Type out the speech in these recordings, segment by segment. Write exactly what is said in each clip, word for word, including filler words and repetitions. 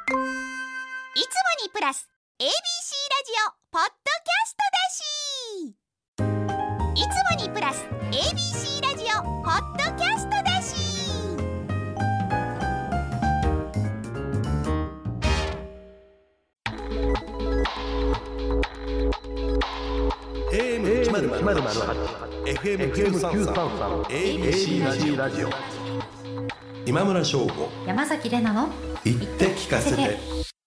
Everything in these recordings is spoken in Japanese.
いつもにプラス エービーシー ラジオポッドキャストだし、いつもにプラス エービーシー ラジオポッドキャストだし。 エーエムせんはち エフエムきゅうさんさん エービーシー ラジオ。今村翔吾、 山崎怜奈の言って聞かせて。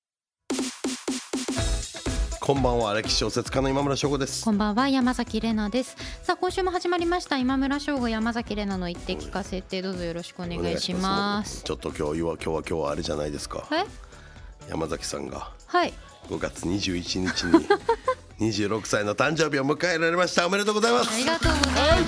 こんばんは、歴史小説家の今村翔吾です。 こんばんは、山崎怜奈です。さあ、今週も始まりました今村翔吾、山崎怜奈の言って聞かせて、どうぞよろしくお願いします。 ちょっと今日は今日は今日はあれじゃないですか。 え山崎さんがはいごがつにじゅういちにちににじゅうろくさいの誕生日を迎えられました。おめでとうございます。 ありがとうござい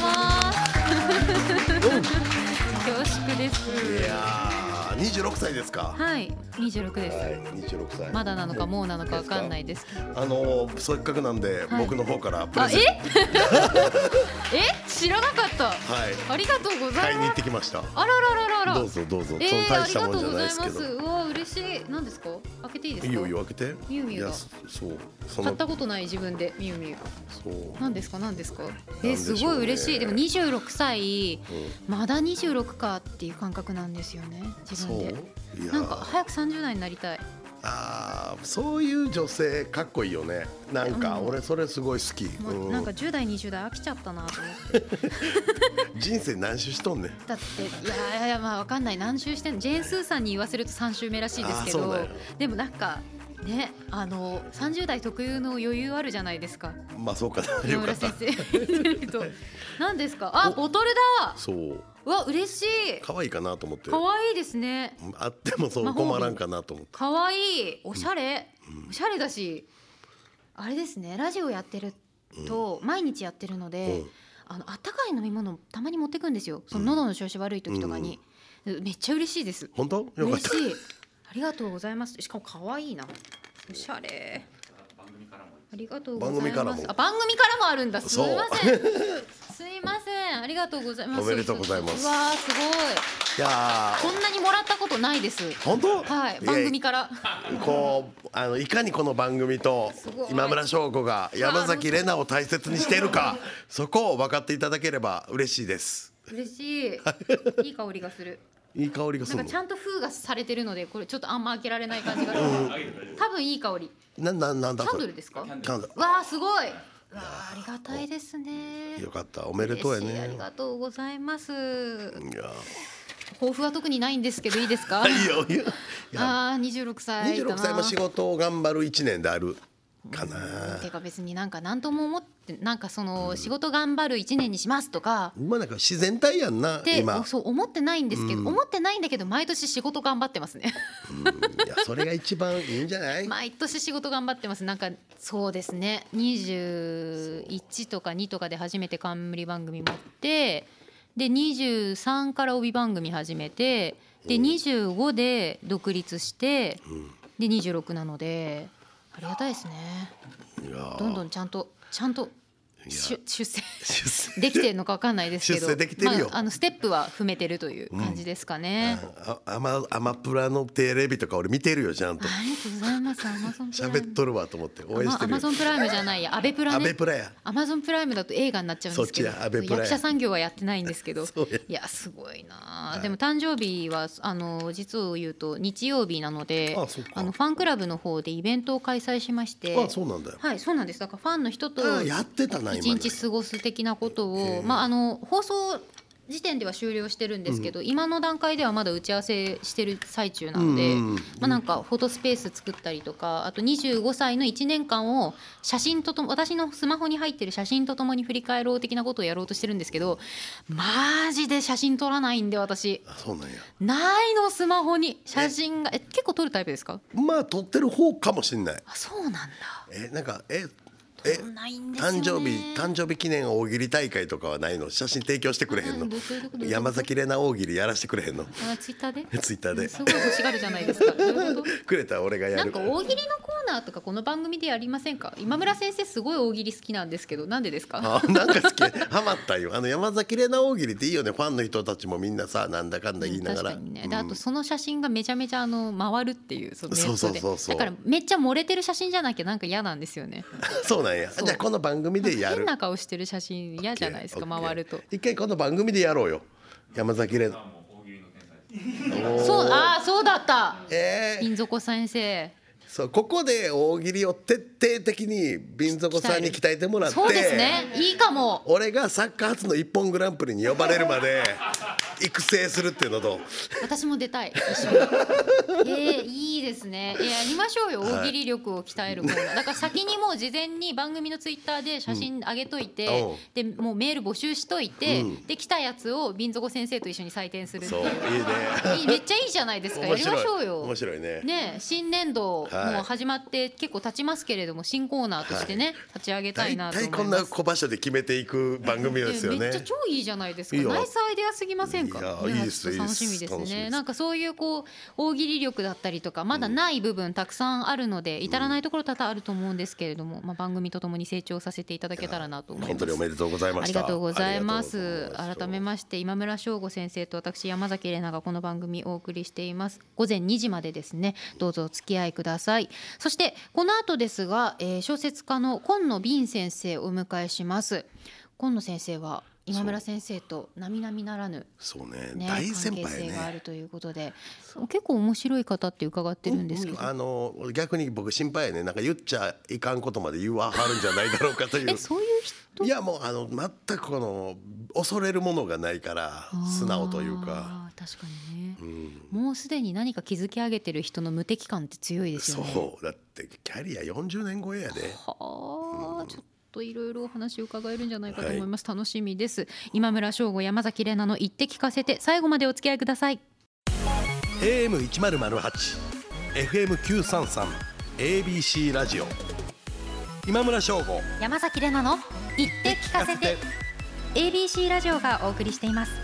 ます恐縮です。 いやー、にじゅうろくさいですか。 はいにじゅうろくです、 はい、にじゅうろくさい。 まだなのかもうなのか分かんないですけど、 あのー、せっかくなんで、 はい、 僕の方からプレあゼント。 ええ知らなかった。 はい、 ありがとうございます。 買いに行ってきました。 あららららら。 どうぞどうぞ、 えー、 その大したもんじゃないですけど。 ありがとうございます。うわ嬉しい。何ですか。開けていいですか。 いいよいいよ、開けて。 ミュウミュウだ。 いや、そうその買ったことない自分でミュウミュウ。 そう何ですか何ですか。 ええー、すごい嬉しい。でもにじゅうろくさい、 うん、 まだにじゅうろくかっていう感覚なんですよね、自分で。 いやなんか早くさんじゅうだいになりたい。 あー、そういう女性かっこいいよね。なんか俺それすごい好き、 もううん、 なんかじゅうだいにじゅうだい飽きちゃったなと思って人生何周しとんねん。 だっていやいや、まあわかんない、何周してんの。ジェーンスーさんに言わせるとさん週目らしいですけど、でもなんかね、あのさんじゅうだい特有の余裕あるじゃないですか。 まあそうかな。 今よかった。 村先生言ってると何ですか。あ、ボトルだ。 そううわ嬉しい。 可愛いかなと思って。 可愛いですね。 あってもそう困らんかなと思って。 可愛い、おしゃれ、 うん、 おしゃれだし、あれですね、ラジオやってると、うん、毎日やってるので、うん、あのあったかい飲み物たまに持ってくんですよ。その喉の調子悪い時とかに、うん、めっちゃ嬉しいです。 本当？よかった。 嬉しい。ありがとうございます。しかも可愛いな。おしゃれ。ありがとうございます。 番組からも。 あ、番組からもあるんだ。すみません。すいません。ありがとうございます。 おめでとうございます。 うわー、すごい。 いやこんなにもらったことないです。 本当？ はい、番組から。 こうあのいかにこの番組と今村翔吾が山崎怜奈を大切にしているか、そこを分かっていただければ嬉しいです。 嬉しい。いい香りがする。 いい香りがするの。 なんかちゃんと封がされてるので、これちょっとあんま開けられない感じがする。うん、多分いい香り。 なななんだ。 キャンドルですか。 キャンドル。 わあ、すごい。わあ、ありがたいですね。 よかった、おめでとうやね。 ありがとうございます。いや、 抱負は特にないんですけどいいですか。 いいよいいよ。 ああ、にじゅうろくさい。 にじゅうろくさいも仕事を頑張るいちねんであるかな。 てか別になんか何とも思って、なんかその仕事頑張るいちねんにしますとか、 まあなんか自然体やんな今。 そう思ってないんですけど、思ってないんだけど毎年仕事頑張ってますね。 いや、それが一番いいんじゃない。 毎年仕事頑張ってます。なんかそうですね、にじゅういちとかにとかで初めて冠番組持って、でにじゅうさんから帯番組始めて、でにじゅうごで独立して、でにじゅうろくなのでありがたいですね。どんどんちゃんとちゃんと出世できてるのか分かんないですけど、 出世できてるよ。 まあ、あのステップは踏めてるという感じですかね。 うん、あアマアマプラのテレビとか俺見てるよ、ちゃんと。 ありがとうございます。アマゾンプライム喋っとるわと思って応援してるよ。 アマゾンプライムじゃないや、アベプラね。 アベプラや。 アマゾンプライムだと映画になっちゃうんですけど、 そっちや、アベプラや。 役者産業はやってないんですけど、いやすごいな、はい、でも誕生日はあの実を言うと日曜日なので、 ああのファンクラブの方でイベントを開催しまして。 あ、そうなんだよ。 はい、そうなんです。だからファンの人とやってたな、 一日過ごす的なことを、まあ、あの放送時点では終了してるんですけど、うん、今の段階ではまだ打ち合わせしてる最中なので、うんうん、まあ、なんかフォトスペース作ったりとか、あとにじゅうごさいのいちねんかんを写真ととも私のスマホに入ってる写真とともに振り返ろう的なことをやろうとしてるんですけど、マジで写真撮らないんで私。 あ、そうなんや。 ないの、スマホに写真が。え結構撮るタイプですか。 まあ撮ってる方かもしれない。 あ、そうなんだ。 えなんかええないんですよね。 誕生日誕生日記念大喜利大会とかはないの？写真提供してくれへんの？ あどういうこと山崎怜奈大喜利やらしてくれへんの？ あツイッターでツイッターですごい欲しがるじゃないですか。どういうことくれたら俺がやる。 なんか大喜利のコーナーとかこの番組でやりませんか？今村先生すごい大喜利好きなんですけどなんでですか？ あなんか好きハマったよ。あの山崎怜奈大喜利っていいよね。ファンの人たちもみんなさなんだかんだ言いながら、 確かにね、 うんであとその写真がめちゃめちゃあの回るっていうそのネットでそうそうそうそうだからめっちゃ漏れてる写真じゃなきゃなんか嫌なんですよね。 そうなんや。 そうじゃあこの番組でやる。 変な顔してる写真嫌じゃないですか OK 回ると。 一回この番組でやろうよ。山崎怜奈。 そうあーそうだったえー金底先生。 そうここで大喜利を徹底的に瓶底さんに鍛えてもらって、 そうですねいいかも。 俺がサッカー初の一本グランプリに呼ばれるまで育成するっていうのと私も出たい一緒に。えー、いいですね。えやりましょうよ大喜利力を鍛えるコーナー。だから先にもう事前に番組のツイッターで写真上げといて、 うんでもうメール募集しといて、 うんで来たやつを瓶底先生と一緒に採点するってそいうう。 いいねいいめっちゃいいじゃないですか。やりましょうよ。 面白いね。 ね、新年度はいもう始まって結構経ちますけれども新コーナーとしてね、 はい立ち上げたい大なと思います。 体こんな小場所で決めていく番組ですよね。 めっちゃ超いいじゃないですか。 いいよナイスアイデアすぎませんか。 いやねいいですちょっと楽しみですね。 いいです楽しみですなんかそういうこう大喜利力だったりとかまだない部分たくさんあるので、至らないところ多々あると思うんですけれども、まあ番組とともに成長させていただけたらなと思います。 本当におめでとうございまありした。 がとうございますありがとうございます改めまして今村翔吾先生と私山崎怜奈がこの番組をお送りしています午前にじまでですねどうぞお付き合いください。そしてこの後ですが、えー、小説家の今野敏先生をお迎えします。今野先生は今村先生と並々ならぬ、 そうねね、 大先輩関係性があるね。 ということで結構面白い方って伺ってるんですけど、 うんあの逆に僕心配やね。なんか言っちゃいかんことまで言わはるんじゃないだろうかというえそういう人いやもうあの全くこの恐れるものがないから素直というか、 あー確かにね、 うん、 もうすでに何か築き上げてる人の無敵感って強いですよね。 そうだってキャリアよんじゅうねん超えやで。 はあ、ちょっといろいろお話を伺えるんじゃないかと思います、はい、楽しみです。今村翔吾山崎怜奈の言って聞かせて最後までお付き合いください。 エーエムせんはち エフエムきゅうさんさん エービーシー ラジオ今村翔吾山崎怜奈の言って聞かせて エービーシー ラジオがお送りしています。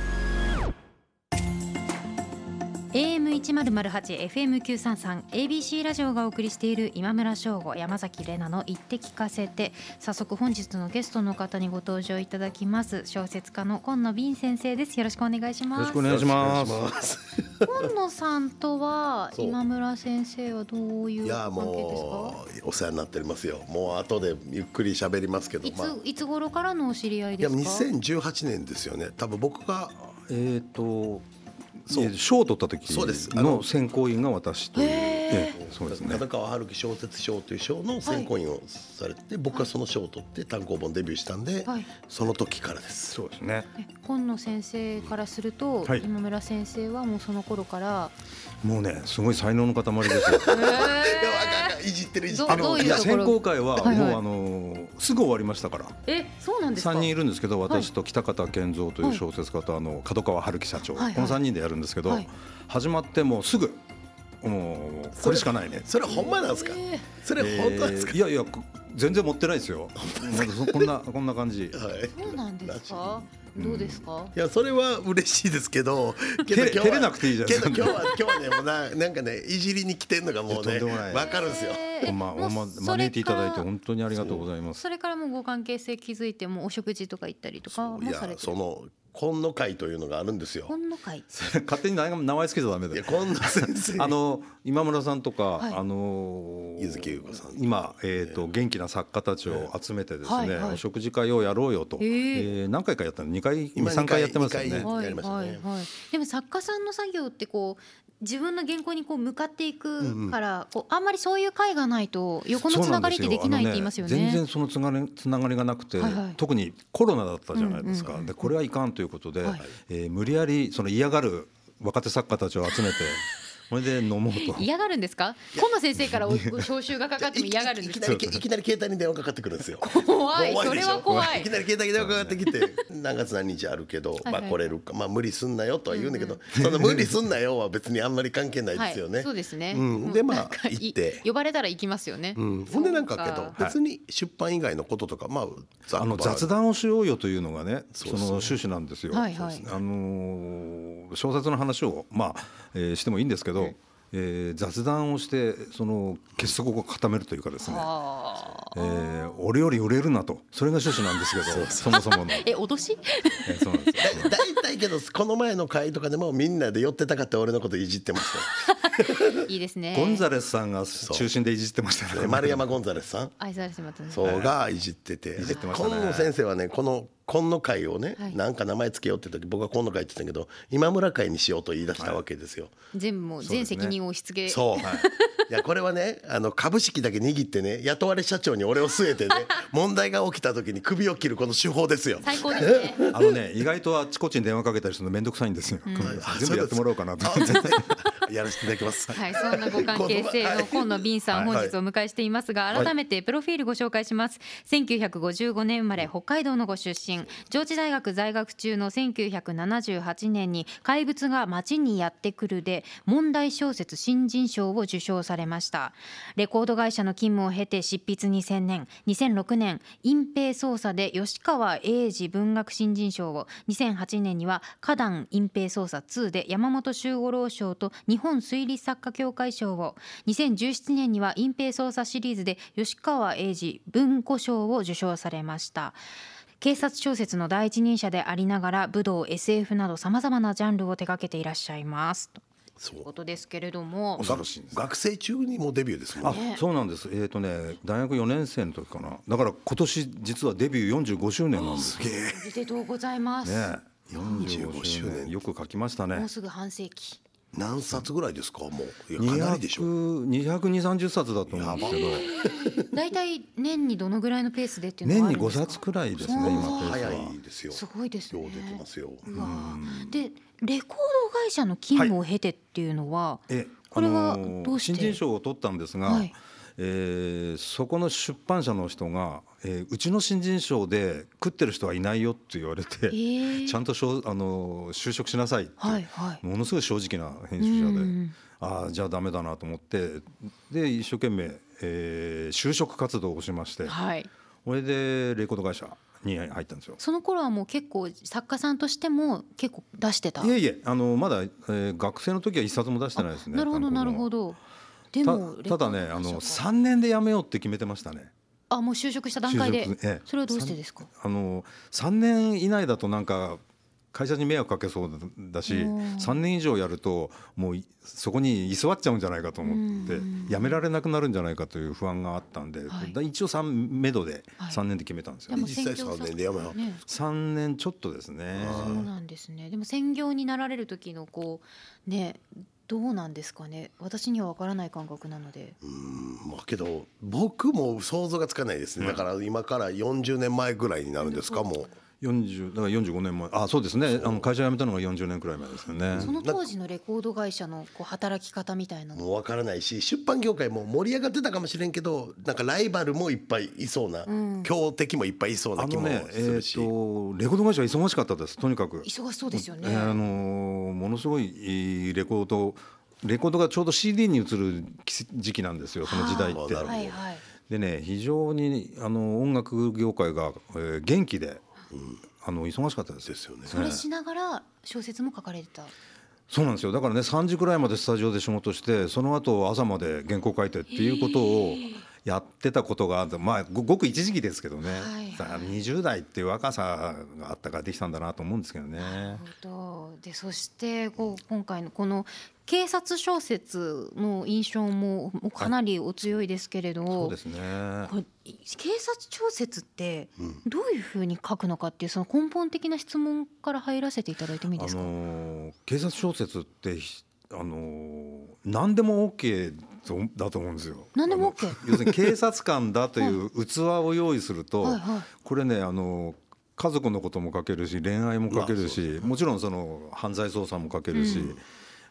エーエムせんはち エフエムきゅうさんさん エービーシー ラジオがお送りしている今村翔吾山崎怜奈の言って聞かせて、早速本日のゲストの方にご登場いただきます。小説家の今野敏先生です。よろしくお願いします。 よろしくお願いします。 今野さんとは今村先生はどういういや関係ですもか？ うお世話になっておりますよ。もう後でゆっくり喋りますけど、 いつ、 まあ、 いつ頃からのお知り合いいやですか？ にせんじゅうはちねんですよね。多分僕がえっとそう賞を取った時そうですあのの選考員が私という、ええそうですね。 角川春樹小説賞という賞の選考員をされて、僕はその賞を取って単行本デビューしたんで、 はい、 その時からです。 そうですね。 え今野先生からすると、 はい今村先生はもうその頃からもうねすごい才能の塊ですよ。 いやわかんないいじってるいじってる。 どういういやところ選考会はもう、 はいはいあのすぐ終わりましたから。 えそうなんですか？ さんにんいるんですけど、 はい私と北方健三という小説家とあの角川春樹社長、 はいはいこのさんにんでやるんですけど、 はい始まってもうすぐもうこれしかないね。 それはほんまなんですか？ えそれ本当ですか？ えーいやいや全然持ってないですよ。まだそこんなこんな感じ。 はい。 そうなんですか？どうですか？ いやそれは嬉しいですけど、けど照れ照れなくていいじゃないですか。 けど今日は今日はねもうななんかねいじりに来てんのがもうねいやとんでもないわかるんですよ。 えーほんまほんまもうそれ招いていただいてから本当にありがとうございます。 それからもうご関係性築いてもお食事とか行ったりとかもいやされてる。 その今野会というのがあるんですよ。 本の会勝手に名前つけちゃダメだいやよ。 今野先生あの今村さんとか、 はいあの柚木優子さん今、えー、と元気な作家たちを集めてですね、 はいはいお食事会をやろうよと、 へーえー何回かやったのにかい今さんかいやってますよねにかい。 はいやりましたねはいはい。でも作家さんの作業ってこう自分の原稿にこう向かっていくから、こうあんまりそういう会がないと横のつながりってできないって言いますよね。 全然そのつながりつながりがなくて、 はいはい特にコロナだったじゃないですか、 うんうんうんでこれはいかんということで、 はいえー無理やりその嫌がる若手作家たちを集めてそれで飲もうと。 嫌がるんですか？今野先生からお招集がかかっても嫌がるんですか？ いきなりいきなり携帯に電話かかってくるんですよ。 怖い、それは怖い。 いきなり携帯に電話かかってきて何月何日あるけど、まあ来れるか、まあ無理すんなよとは言うんだけど、その無理すんなよは別にあんまり関係ないですよね。 はい、そうですね。 うん、でまあ行って呼ばれたら行きますよね。 うん、ほんでなんかけど別に出版以外のこととか、まああの雑談をしようよというのがね、その趣旨なんですよ。 はいはい、 あのー、小説の話をまあ、えー、してもいいんですけど、えー、雑談をしてその結束を固めるというかですね、えー、俺より売れるなと、それが趣旨なんですけど、そもそものえ脅しえそうなんですよ。 だいたいけどこの前の会とかでもみんなで寄ってたかって俺のこといじってましたよ。 いいですね。 ゴンザレスさんが中心でいじってましたね。 丸山ゴンザレスさん、 愛されてますね。 そうがいじってて、 いじってましたね。 今野先生はね、この今野会をね、はい、なんか名前つけようって時僕は今野会って言ったけど今村会にしようと言い出したわけですよ。はい、 全部もう全責任を押し付け。 そう、はい、いやこれはね、あの株式だけ握ってね、雇われ社長に俺を据えてね問題が起きた時に首を切るこの手法ですよ。 最高ですね。 あのね、意外とあっちこっちに電話かけたりするのめんどくさいんですよ。うん、全部やってもらおうかなとやらせていただきます。 はい、そんなご関係性の今野敏さん、本日お迎えしていますが、改めてプロフィールご紹介します。せんきゅうひゃくごじゅうごねん生まれ、北海道のご出身。上智大学在学中のせんきゅうひゃくななじゅうはちねんに怪物が街にやってくるで問題小説新人賞を受賞されました。レコード会社の勤務を経て執筆にせんねん、にせんろくねん隠蔽捜査で吉川英治文学新人賞を、にせんはちねんには花壇隠蔽捜査ツーで山本周五郎賞と日本推理作家協会賞を、にせんじゅうななねんには隠蔽捜査シリーズで吉川英治文庫賞を受賞されました。警察小説の第一人者でありながら武道 エスエフ などさまざまなジャンルを手掛けていらっしゃいますということですけれども、 学生中にもうデビューですもんね。 あ、そうなんです。えーとね、大学よねん生の時かな。だから今年実はデビューよんじゅうごしゅうねんなんです。 すげえ。 おめでとうございます。 ね、よんじゅうごしゅうねんよく書きましたね。 もうすぐ半世紀。 何冊ぐらいですか？もういやかなりでしょ。 にひゃくにじゅう、さんじゅっさつだと思うんですけど、 だいたい年にどのぐらいのペースでっていうのはあるんですか？ 年にごさつくらいですね。今早いですよ。 すごいですね。 よう出てますよ。 うわでレコード会社の勤務を経てっていうのは、はい、 えこれはどうして？ 新人賞を取ったんですが、はい、えー、そこの出版社の人が、えー、うちの新人賞で食ってる人はいないよって言われて、えー、ちゃんとしょあの就職しなさいって、はいはい、ものすごい正直な編集者で、ああじゃあダメだなと思って、で一生懸命、えー、就職活動をしまして、はい、それでレコード会社に入ったんですよ。 その頃はもう結構作家さんとしても結構出してた？ いえいえ、あのまだ、えー、学生の時は一冊も出してないですね。 なるほどなるほど。でもた, ただね、あのさんねんで辞めようって決めてましたね。 あ、もう就職した段階で、ええ、それはどうしてですか？ あのさんねん以内だとなんか会社に迷惑かけそうだし、さんねん以上やるともうそこに居座っちゃうんじゃないかと思って辞められなくなるんじゃないかという不安があったんで、はい、一応さんめどでさんねんで決めたんですよ、 はい、実際さんねんで辞めよう、ね、 さんねんちょっとですね。 そうなんですね。でも専業になられる時のこうね、どうなんですかね。私には分からない感覚なので。 うーん、まあ、けど僕も想像がつかないですね、うん、だから今からよんじゅうねんまえぐらいになるんですか？もうよんじゅうだからよんじゅうごねんまえ、あ、そうですね、あの会社辞めたのがよんじゅうねんくらい前ですよね。 その当時のレコード会社のこう働き方みたいなのもう分からないし、出版業界も盛り上がってたかもしれんけど、なんかライバルもいっぱいいそうな、うん、強敵もいっぱいいそうな気もするし、 あのね、えー、とレコード会社は忙しかったです。とにかく忙しそうですよね、 えー、あのものすごいレコードレコードがちょうど シーディー に移る時期なんですよ、その時代って。 はいはい、 でね、非常にあの音楽業界が、えー、元気で、うん、あの忙しかったですよね。 それしながら小説も書かれてた？ そうなんですよ。だからね、さんじくらいまでスタジオで仕事して、その後朝まで原稿書いてっていうことをやってたことがあって、まあごく一時期ですけどね、はいはい、にじゅう代っていう若さがあったからできたんだなと思うんですけどね。 なるほど。でそしてこう今回のこの警察小説の印象もかなりお強いですけれど、はい、 そうですね、 これ警察小説ってどういうふうに書くのかっていう、その根本的な質問から入らせていただいてもいいですか？ あのー、警察小説ってあのー、何でも OK だと思うんですよ。 何でも OK？ 要するに警察官だという器を用意すると、はいはい、これね、あのー家族のことも書けるし、恋愛も書けるし、もちろんその犯罪捜査も書けるし、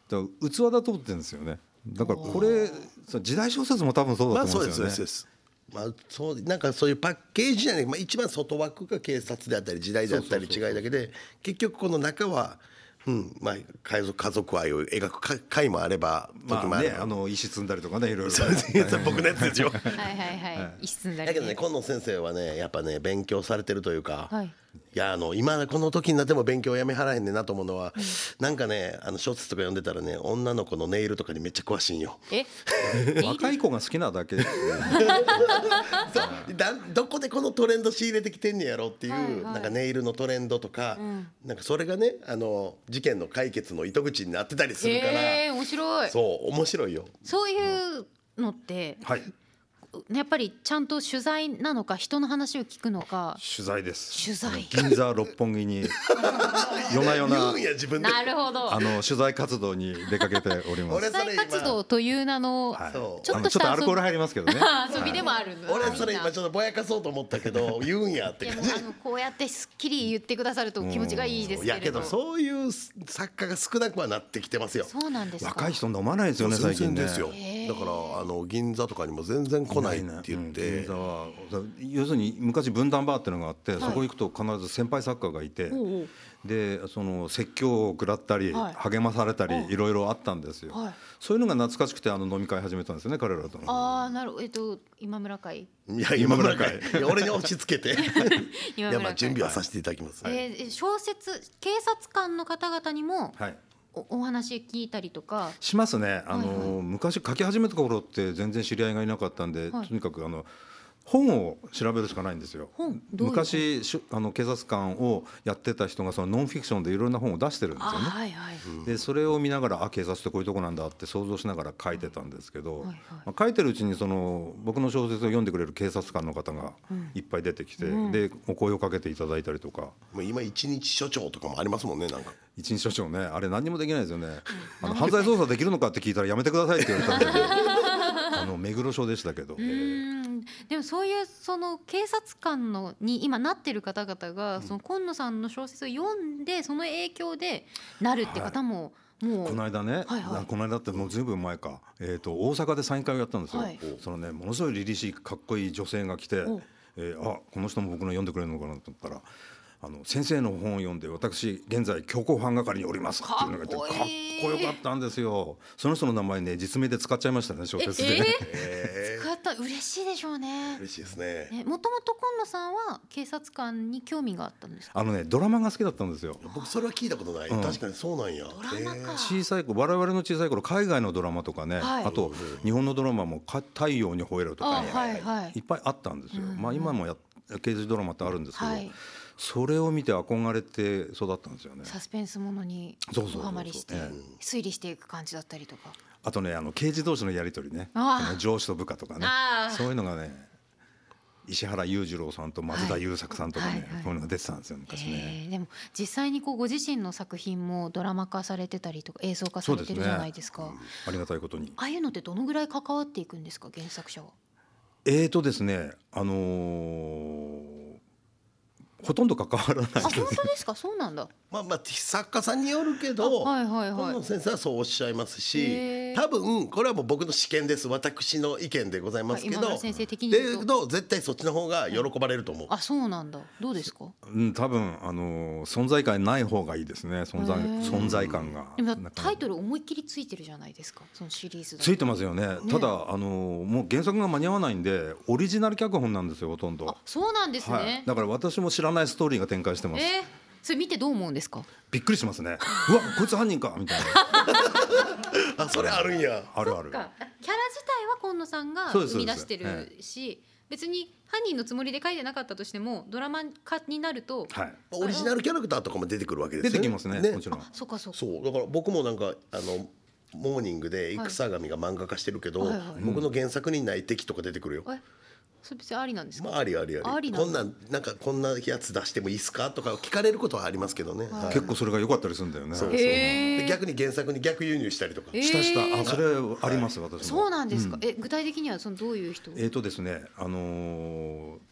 だから器だと思ってるんですよね。だからこれ時代小説も多分そうだと思うんですよね。 まあそうですそうです。まあそうなんかそういうパッケージじゃない、まあ、一番外枠が警察であったり時代であったり違いだけで、結局この中は、うんまあ、家族家族愛を描く回もあればまあね、あの石積んだりとかね、いろいろ。 そうです僕のやつですよ。 はいはいはい。石積んだり、ね。 だけどね、今野先生はねやっぱね勉強されてるというか、 はい、 いやあの今この時になっても勉強やめはらへんねんなと思うのは、うん、なんかねあの小説とか読んでたらね女の子のネイルとかにめっちゃ詳しいんよ。 え若い子が好きなだけですそうだどこでこのトレンド仕入れてきてんねやろっていう、はいはい、なんかネイルのトレンドとか、うん、なんかそれがねあの事件の解決の糸口になってたりするから、 えー、面白い。 そう面白いよ。 そういうのって、うん、はいやっぱりちゃんと取材なのか人の話を聞くのか。 取材です。 取材。 銀座六本木に夜な夜ななるほど。 あの取材活動に出かけております。 取材活動という名の、はい、ちょっとしたアルコール入りますけどね。 遊びでもあるんだ。 俺それ今ちょっとぼやかそうと思ったけど言うんやって感じ。 あのこうやってすっきり言ってくださると気持ちがいいですけれど。 いやけどそういう作家が少なくはなってきてますよ。 そうなんですか。 若い人飲まないですよね最近ね。 ですよ。だからあの銀座とかにも全然来ないって言って。 銀座は要するに昔分断バーっていうのがあって、はい、そこ行くと必ず先輩作家がいて、おうおうでその説教を食らったり、はい、励まされたりいろいろあったんですよ、はい、そういうのが懐かしくてあの飲み会始めたんですよね彼らとの。 ああなるほど、えっと今村会。 いや今村会俺に押し付けていやまあ準備はさせていただきます、はい、 えー、小説警察官の方々にも、はい、お, お話聞いたりとかしますね。あの、はいはい、昔書き始めた頃って全然知り合いがいなかったんで、はい、とにかくあの本を調べるしかないんですよ。 本どういう昔あの警察官をやってた人がそのノンフィクションでいろんな本を出してるんですよね。 はいはい、 でそれを見ながらあ警察ってこういうとこなんだって想像しながら書いてたんですけど、はいはいまあ、書いてるうちにその僕の小説を読んでくれる警察官の方がいっぱい出てきて、うん、でお声をかけていただいたりとか、 もう今一日署長とかもありますもんね。なんか一日署長ねあれ何にもできないですよね、うん、あの犯罪捜査できるのかって聞いたらやめてくださいって言われたんですけどあの目黒署でしたけど。 でもそういうその警察官のに今なってる方々がその今野さんの小説を読んでその影響でなるって方ももう、 はい、この間ね、はいはい、この間ってもうずいぶん前か、えーと大阪でサイン会をやったんですよ、はい、そのねものすごい凛々しいかっこいい女性が来て、えー、あこの人も僕の読んでくれるのかなと思ったらあの先生の本を読んで私現在強行犯係におりますっていうのがかっこよかったんですよ。その人の名前ね実名で使っちゃいましたね小説で。 えー、使った嬉しいでしょうね。 嬉しいですね。 もともと今野さんは警察官に興味があったんですか。 あのねドラマが好きだったんですよ。 僕それは聞いたことない、うん、確かにそうなんや。 ドラマか。 小さい頃我々の小さい頃海外のドラマとかね、はい、あと日本のドラマも太陽に吠えろとか、ねはいはい、 いっぱいあったんですよ、うんうん、まあ、今もや刑事ドラマってあるんですけど、はい、それを見て憧れて育ったんですよね。 サスペンスものにおハマりして推理していく感じだったりとか、 あとねあの刑事同士のやり取りね上司と部下とかねそういうのがね石原裕次郎さんと松田優作さんとかね、はいはいはい、こういうのが出てたんですよ昔ね。 でも実際にこうご自身の作品もドラマ化されてたりとか映像化されてるじゃないですか。 そうですね、うん、ありがたいことに。 ああいうのってどのぐらい関わっていくんですか原作者は。 えーとですねあのーほとんど関わらないです。 あ本当ですか。そうなんだ。 まあまあ作家さんによるけど、 はいはいはい、 今野先生はそうおっしゃいますし、多分これはもう僕の試験です私の意見でございますけど、 今村先生的に言うとでど絶対そっちの方が喜ばれると思う、 はい、あそうなんだ。どうですか。 うん、多分あの存在感ない方がいいですね。存在存在感が。 でもタイトル思いっきりついてるじゃないですかそのシリーズだと。 ついてますよね。ねただあのもう原作が間に合わないんでオリジナル脚本なんですよほとんど。 あそうなんですね、はい、 だから私も知らないストーリーが展開してます。 えー、それ見てどう思うんですか。 びっくりしますね。うわこいつ犯人かみたいなあそれあるんや。 あるある。 キャラ自体は今野さんが生み出してるし、別に犯人のつもりで書いてなかったとしてもドラマ化になると、 はい、オリジナルキャラクターとかも出てくるわけですよね。 出てきます ね, ねもちろん。 そうかそうか。 そうだから僕もなんかあのモーニングで戦神が漫画化してるけど、はいはいはい、僕の原作にない敵とか出てくるよ。 それ別にありなんですか。 まあ、ありありあり。ありなんこんななんかこんなやつ出してもいいですかとか聞かれることはありますけどね、はいはい、結構それが良かったりするんだよね。 そうそうで逆に原作に逆輸入したりとかしたしたあそれあります、はい、私も。 そうなんですか、うん、え具体的にはそのどういう人。 えーとですねあのー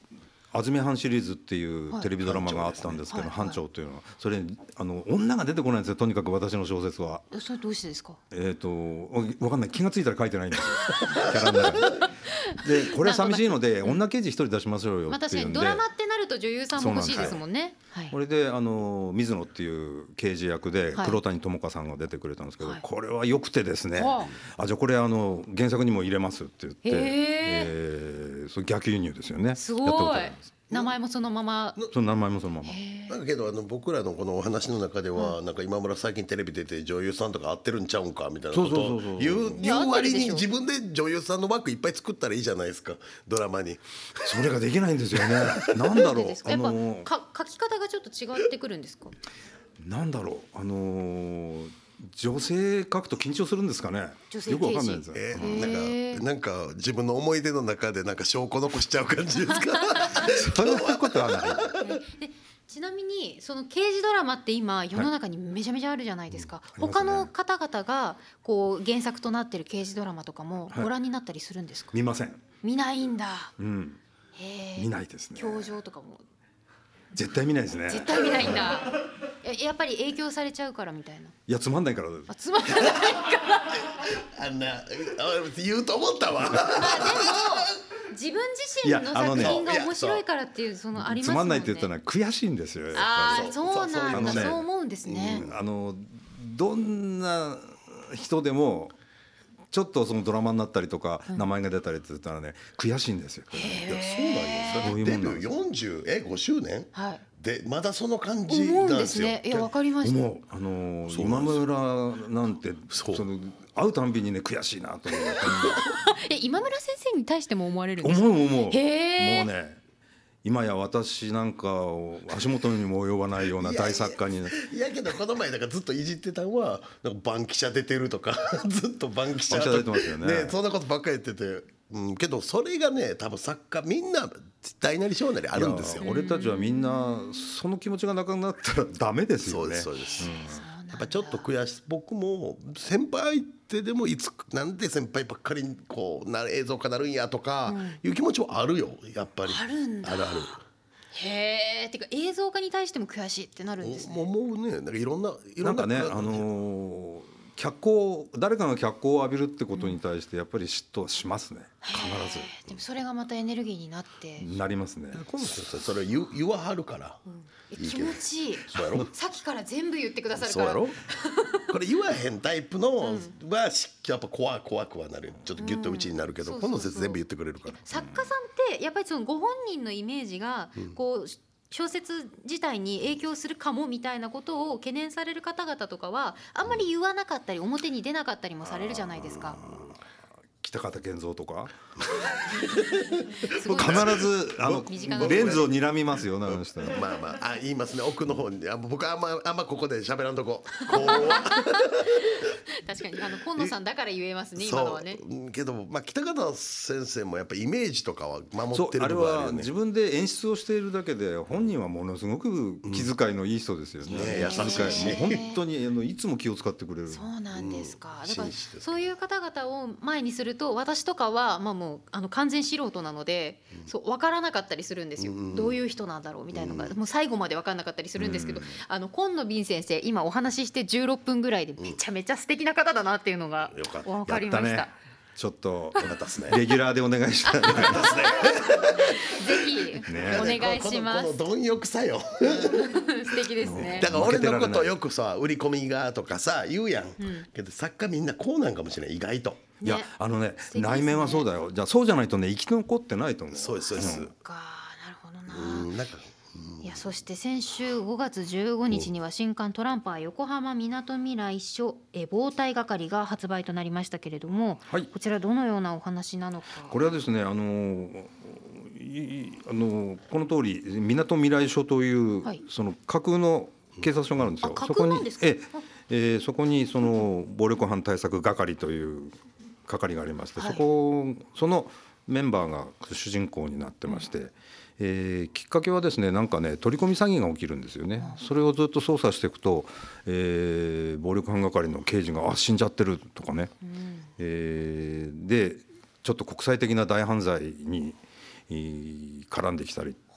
安住藩シリーズっていうテレビドラマがあったんですけど、藩長っていうのはそれあの女が出てこないんですよ。とにかく私の小説は。 それどうしてですか？ えっとわかんない、気がついたら書いてないんですよキャラの中で。でこれは寂しいので女刑事一人出しましょうよまあ、確かっていうんで、 にドラマってなると女優さんも欲しいですもんね。はい、 これであの水野っていう刑事役ではい黒谷友香さんが出てくれたんですけど、 はいこれは良くてですね、 はあじゃあこれあの原作にも入れますって言って、 へーえー、それ逆輸入ですよね。 すごいやったことあります。 名前もそのまま。 その名前もそのまま。 なんかけどあの僕らのこのお話の中では、なんか今村最近テレビ出て女優さんとか合ってるんちゃうんかみたいなことをそうそうそうそう言ういや言う割合ってるでしょに自分で女優さんの枠いっぱい作ったらいいじゃないですか、ドラマに。 それができないんですよね。なんだろうでですかやっぱあのか書き方がちょっと違ってくるんですか？ なんだろうあのー女性書くと緊張するんですかね。 女性よくわかんないですよ。 えへーー、なんかなんか自分の思い出の中でなんか証拠残しちゃう感じですか。 そういうことはない。 でちなみにその刑事ドラマって今世の中にめちゃめちゃあるじゃないですか、 うんありますね他の方々がこう原作となってる刑事ドラマとかもはいご覧になったりするんですか？ 見ません。 見ないんだ。 うん、 へー見ないですね。 教場とかも絶対見ないですね。 絶対見ないんだ。ややっぱり影響されちゃうからみたいな。 いやつまんないからです。 あつまらないからあんなあ言うと思ったわ。 まあでも自分自身のいやあのね作品が面白いからっていうそのありますもんね。 つまんないって言ったのは悔しいんですよ。やっぱりああそうなんだ。 そうそうそうそう思うんですね。 うんあのどんな人でもちょっとそのドラマになったりとか、名前が出たりって言ったらね悔しいんですよ。 いやそうなんですそういうデビもんなんですューよんじゅうえごしゅうねんはい。 でまだその感じ思うんなんですよ。 ですね。いやわかりました。 思うあのそう今なんですよ村なんてそうその会うたんびにね悔しいなと思うえ今村先生に対しても思われるんですか？ 思う思うへーもうね今や私なんかを足元にも及ばないような大作家にねいやけどこの前だからずっといじってたのはなんかバンキシャ出てるとかずっとバンキシャバンキシャ出てますよねそんなことばっかり言ってて、うん、けどそれがね多分作家みんな大なり小なりあるんですよ。 いや俺たちはみんなその気持ちがなくなったらダメですそうよね。 ですそうです、 そうなんだやっぱちょっと悔しい。僕も先輩ってでもいつなんで先輩ばっかりこうな映像化なるんやとかいう気持ちはあるよやっぱり。 あるんだあるある。 へえ。てか映像化に対しても悔しいってなるんですね。 思うね。なんかいろんないろなんんかね、 なあのー脚光誰かが脚光を浴びるってことに対してやっぱり嫉妬はしますね、必へーでもそれがまたエネルギーになって、 ずなりますね。 今度それ言う言わはるから。 えいいけど気持ちいい。 そうやろ。 さっきから全部言ってくださるから。 そうやろ。これ言わへんタイプのはしやっぱ怖怖くはなる。ちょっとギュッと内になるけど、 うんこの説全部言ってくれるから。 作家さんってやっぱりそのご本人のイメージがこう小説自体に影響するかもみたいなことを懸念される方々とかはあんまり言わなかったり表に出なかったりもされるじゃないですか。 北方健三とかすごい必ずあの身近なレンズを睨みますよなんしたら。 まあまああ言いますね奥の方に。あ僕はあんまあんまここで喋らんとこ。こう確かにあの今野さんだから言えますね今のはね。 そうけどまあ北方先生もやっぱイメージとかは守ってるそうあれ部分あるよね。 は自分で演出をしているだけで本人はものすごく気遣いのいい人ですよね。 うんね優しい気遣もう本当にあのいつも気を使ってくれる。 そうなんですか。 うんだから紳士ですそういう方々を前にすると私とかはまあもうあの完全素人なので、そう分からなかったりするんですよ。どういう人なんだろうみたいなのがもう最後まで分からなかったりするんですけど、あの今野敏先生今お話ししてじゅうろっぷんぐらいでめちゃめちゃ素敵な方だなっていうのがよかった分かりました。 やったね。ちょっとよかったですね。 レギュラーでお願いします。 ぜひねお願いします。 このこの貪欲さよ。 素敵ですねだ。から俺のことよくさ売り込みがとかさ言うやん、けど作家みんなこうなんかもしれない意外と。 いやねあのね素敵ですね内面はそうだよ。じゃあそうじゃないとね生き残ってないと思う。 そうですそうです、 かなるほどな。 うんなんかいやそして先週ごがつじゅうごにちには新刊トランパー横浜みなとみらい署え防体係が発売となりましたけれども、 はいこちらどのようなお話なのか。 これはですねあのいあのこの通りみなとみらい署という、 はいその架空の警察署があるんですよ。 あ架そこに空なんですか。 えええーそこにその暴力犯対策係という係がありまして、 はいそこそのメンバーが主人公になってまして、えーきっかけはですねなんかね取り込み詐欺が起きるんですよね。それをずっと捜査していくと、えー暴力犯係の刑事があ死んじゃってるとかね、えーでちょっと国際的な大犯罪にえー絡んできたり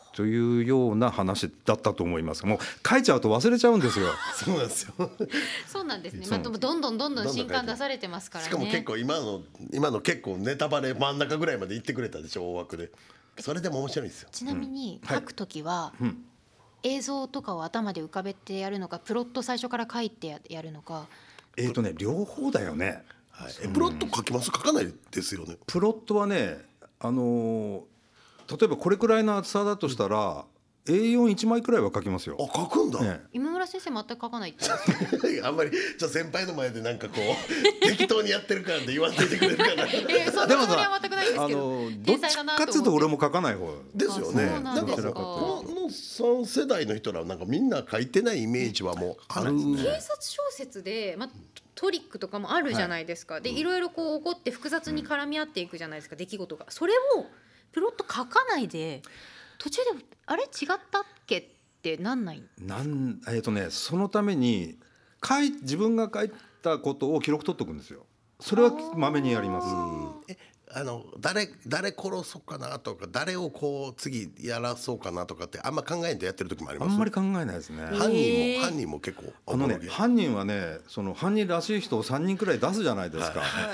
というような話だったと思います。もう書いちゃうと忘れちゃうんですよ。 そうなんですよそうなんですね。まあ、どんどんどんどん新刊出されてますからね。 しかも結構今の今の結構ネタバレ真ん中ぐらいまで行ってくれたでしょ、大枠で。それでも面白いんですよ。 ちなみに書くときは、 うん、 映像とかを頭で浮かべてやるのか、プロット最初から書いてやるのか。 えーとね、両方だよね。 はい、えプロット書きます？書かないですよね。 プロットはね、あのー、例えばこれくらいの厚さだとしたら、うん、エーよんいち 枚くらいは書きますよ。 あ、書くんだ、 ね、今村先生全く書かないってあんまりちょっと先輩の前でなんかこう適当にやってるからで言わんといてくれるかなえー、そんなつもりは全くないんですけど、 あのどっちかっていうと俺も書かない方ですよね。 なんかこのさん世代の人らなんかみんな書いてないイメージはもうある、 警察小説で、ま、トリックとかもあるじゃないですか、はい、でいろいろこう起こって複雑に絡み合っていくじゃないですか、出来事が。それをプロット書かないで途中であれ違ったっけってなんないなんえーとね、そのために書い自分が書いたことを記録取っておくんですよ。それはまめにやります。 えあの 誰, 誰殺そうかなとか誰をこう次やらそうかなとかってあんま考えんとやってる時もあります。 あんまり考えないですね。 犯人も犯人も結構あのね、犯人はね、その犯人らしい人をさんにんくらい出すじゃないですか、 はい、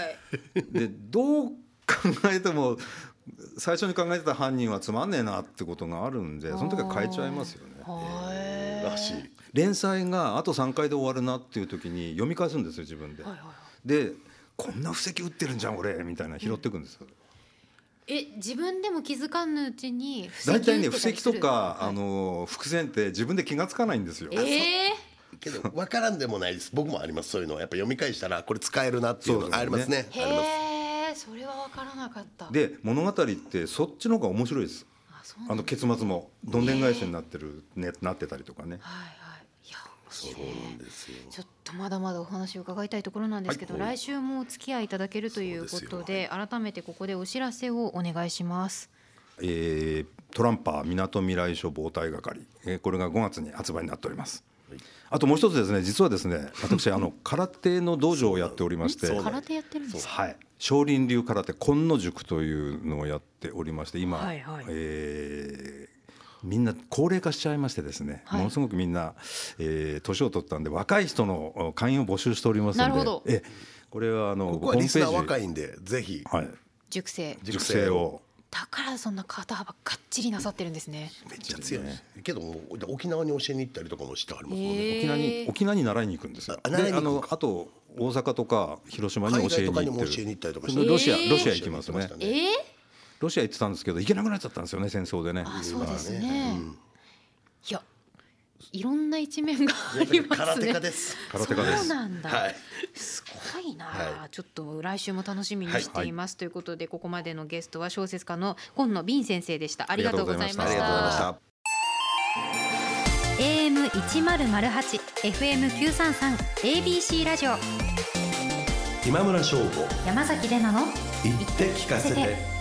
でどう考えても最初に考えてた犯人はつまんねえなってことがあるんで、その時は変えちゃいますよね。 らしい。 連載があとさんかいで終わるなっていう時に読み返すんですよ、自分で、はいはいはい、でこんな布石打ってるんじゃん俺みたいな拾っていくんですよ、うん、 え自分でも気づかぬうちに布石大体ね、布石とか、はい、あの伏線って自分で気がつかないんですよ。 えーけど分からんでもないです。僕もあります、そういうのは。やっぱ読み返したらこれ使えるなっていうのがありますね。 へえ、それは分からなかった。 で物語ってそっちの方が面白いです。あ、そうなんですね。あの結末もどんでん返しになってる、ね、なってたりとかね。はいはい、いやそうなんですよ。 ちょっとまだまだお話を伺いたいところなんですけど、はい、来週もお付き合いいただけるということで、改めてここでお知らせをお願いします。 えー、トランパーみなとみらい署暴対係、えー、これがごがつに発売になっております。あともう一つですね、実はですね、私あの空手の道場をやっておりまして、 空手やってるんですか。 はい、少林流空手今野塾というのをやっておりまして、今、はいはい、えー、みんな高齢化しちゃいましてですね、はい、ものすごくみんな、えー、年を取ったんで若い人の会員を募集しておりますので、なるほど、えこれはあのここはリスナー若いんでぜひ、 はい、 塾生塾生をだからそんな肩幅がっちりなさってるんですね。 めっちゃ強いです、ね、けども沖縄に教えに行ったりとかもしてありますもんね。 沖縄に沖縄に習いに行くんですよ。あであのあと大阪とか広島に教えに行ってる。海外とかにも教えに行ったりとかして、 ロシアロシア行きますね。 えー、 ロシア行ってたんですけど行けなくなっちゃったんですよね、戦争でね。 あ、そうですね、うん、いやいろんな一面がありますね。 空手家です。 空手家です。 そうなんだ、 はい、 すごいな、 はい、 ちょっと来週も楽しみにしています、はい、ということでここまでのゲストは小説家の今野敏先生でした。ありがとうございました。 ありがとうございました。 エーエムいちまるまるはち エフエムきゅうさんさん エービーシー ラジオ、 今村翔吾山崎怜奈の言って聞かせて。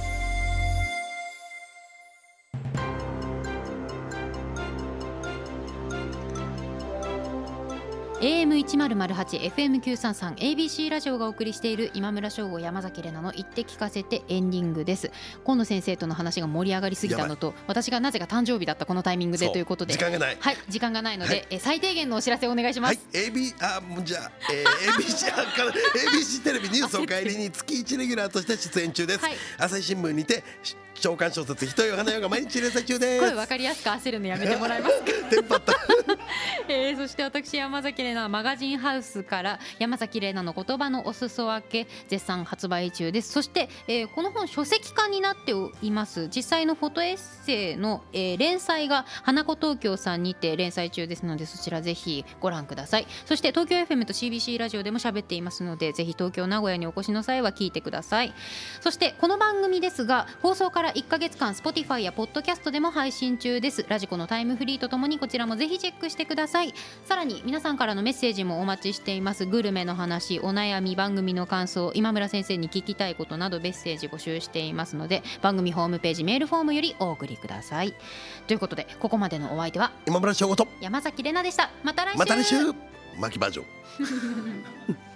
エーエムいちまるまるはち エフエムきゅうさんさん エービーシー ラジオがお送りしている今村翔吾山崎怜奈の言って聞かせてエンディングです。今野先生との話が盛り上がりすぎたのと、私がなぜか誕生日だったこのタイミングでということで時間がない、 はい、時間がないので、はい、え最低限のお知らせをお願いします。 はい、エービー あもうじゃあ、えー、エービーシー から エービーシー テレビニュースお帰りに月いちレギュラーとして出演中です、はい、朝日新聞にて長官小説ひとよ花よが毎日連載中です。 声分かりやすく焦るのやめてもらえますかテンパったえー、そして私山崎怜奈マガジンハウスから山崎怜奈の言葉のお裾分け絶賛発売中です。そして、えー、この本書籍化になっています。実際のフォトエッセイの、えー、連載が花子東京さんにて連載中ですので、そちらぜひご覧ください。そして東京 エフエム と シービーシー ラジオでも喋っていますので、ぜひ東京名古屋にお越しの際は聞いてください。そしてこの番組ですが放送からいっかげつかん Spotify や Podcast でも配信中です。ラジコのタイムフリーとともにこちらもぜひチェックしてください。さらに皆さんからのメッセージもお待ちしています。グルメの話、お悩み、番組の感想、今村先生に聞きたいことなどメッセージ募集していますので、番組ホームページメールフォームよりお送りください。ということでここまでのお相手は今村翔吾と山崎怜奈でした。また来週。 また来週巻きバージョン